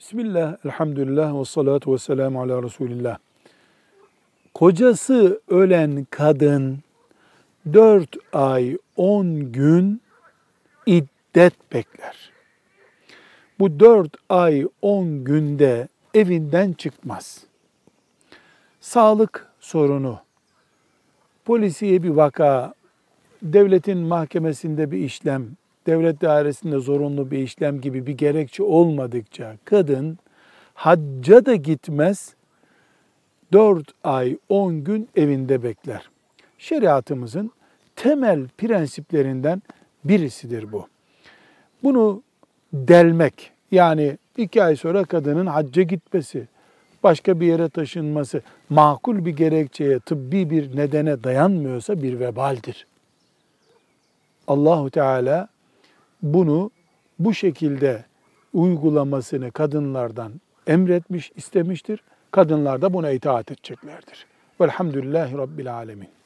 Bismillah, elhamdülillah ve salatu ve selamu ala Resulillah. Kocası ölen kadın 4 ay 10 gün iddet bekler. Bu 4 ay 10 günde evinden çıkmaz. Sağlık sorunu, polisiye bir vaka, devletin mahkemesinde bir işlem, devlet dairesinde zorunlu bir işlem gibi bir gerekçe olmadıkça kadın hacca da gitmez, 4 ay 10 gün evinde bekler. Şeriatımızın temel prensiplerinden birisidir bu. Bunu delmek, yani 2 ay sonra kadının hacca gitmesi, başka bir yere taşınması makul bir gerekçeye, tıbbi bir nedene dayanmıyorsa bir vebaldir. Allahu Teala bunu bu şekilde uygulamasını kadınlardan emretmiş, istemiştir. Kadınlar da buna itaat edeceklerdir. Velhamdülillahi Rabbil Alemin.